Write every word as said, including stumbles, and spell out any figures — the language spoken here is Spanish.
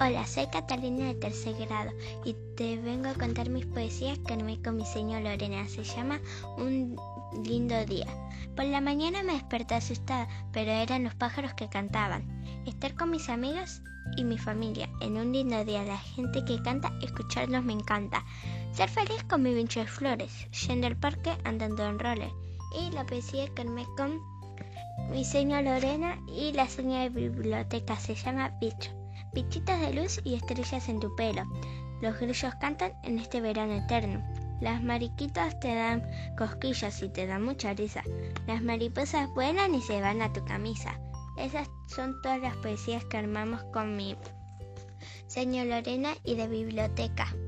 Hola, soy Catalina de tercer grado y te vengo a contar mis poesías que armé con mi señor Lorena. Se llama Un lindo día. Por la mañana me desperté asustada, pero eran los pájaros que cantaban. Estar con mis amigos y mi familia en un lindo día. La gente que canta, escucharlos me encanta. Ser feliz con mi vincho de flores, yendo al parque andando en roller. Y la poesía que armé con mi señor Lorena y la señora de biblioteca se llama Bicho. Bichitos de luz y estrellas en tu pelo. Los grillos cantan en este verano eterno. Las mariquitas te dan cosquillas y te dan mucha risa. Las mariposas vuelan y se van a tu camisa. Esas son todas las poesías que armamos con mi señor Lorena y de biblioteca.